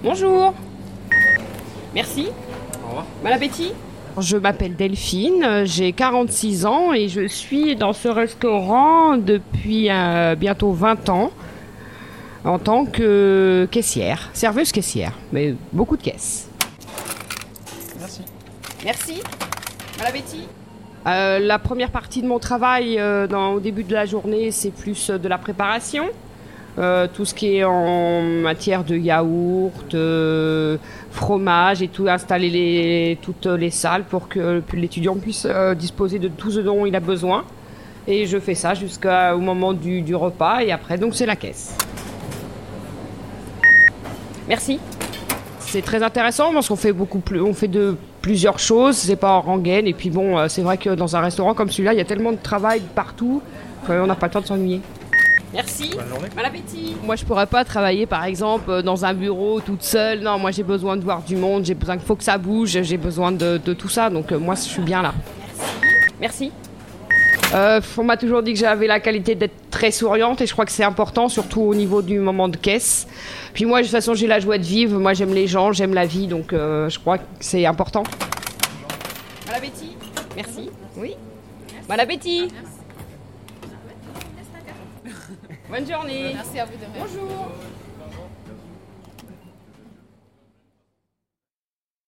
Bonjour. Merci. Au revoir. Bon appétit. Je m'appelle Delphine, j'ai 46 ans et je suis dans ce restaurant depuis bientôt 20 ans en tant que caissière, serveuse caissière, mais beaucoup de caisses. Merci. Merci. Bon appétit. La première partie de mon travail au début de la journée, c'est plus de la préparation. Tout ce qui est en matière de yaourt, fromage et tout, installer toutes les salles pour que l'étudiant puisse disposer de tout ce dont il a besoin. Et je fais ça jusqu'au moment du repas et après, donc c'est la caisse. Merci. C'est très intéressant parce qu'on fait on fait de plusieurs choses, c'est pas en rengaine. Et puis bon, c'est vrai que dans un restaurant comme celui-là, il y a tellement de travail partout qu'on n'a pas le temps de s'ennuyer. Merci. Bonne journée. Bon appétit. Moi, je pourrais pas travailler, par exemple, dans un bureau toute seule. Non, moi, j'ai besoin de voir du monde. J'ai besoin qu'il faut que ça bouge. J'ai besoin de tout ça. Donc, moi, je suis bien là. Merci. On m'a toujours dit que j'avais la qualité d'être très souriante et je crois que c'est important, surtout au niveau du moment de caisse. Puis moi, de toute façon, j'ai la joie de vivre. Moi, j'aime les gens, j'aime la vie. Donc, je crois que c'est important. Bon appétit. Merci. Oui. Bon appétit. Bonne journée. Merci à vous de même. Bonjour.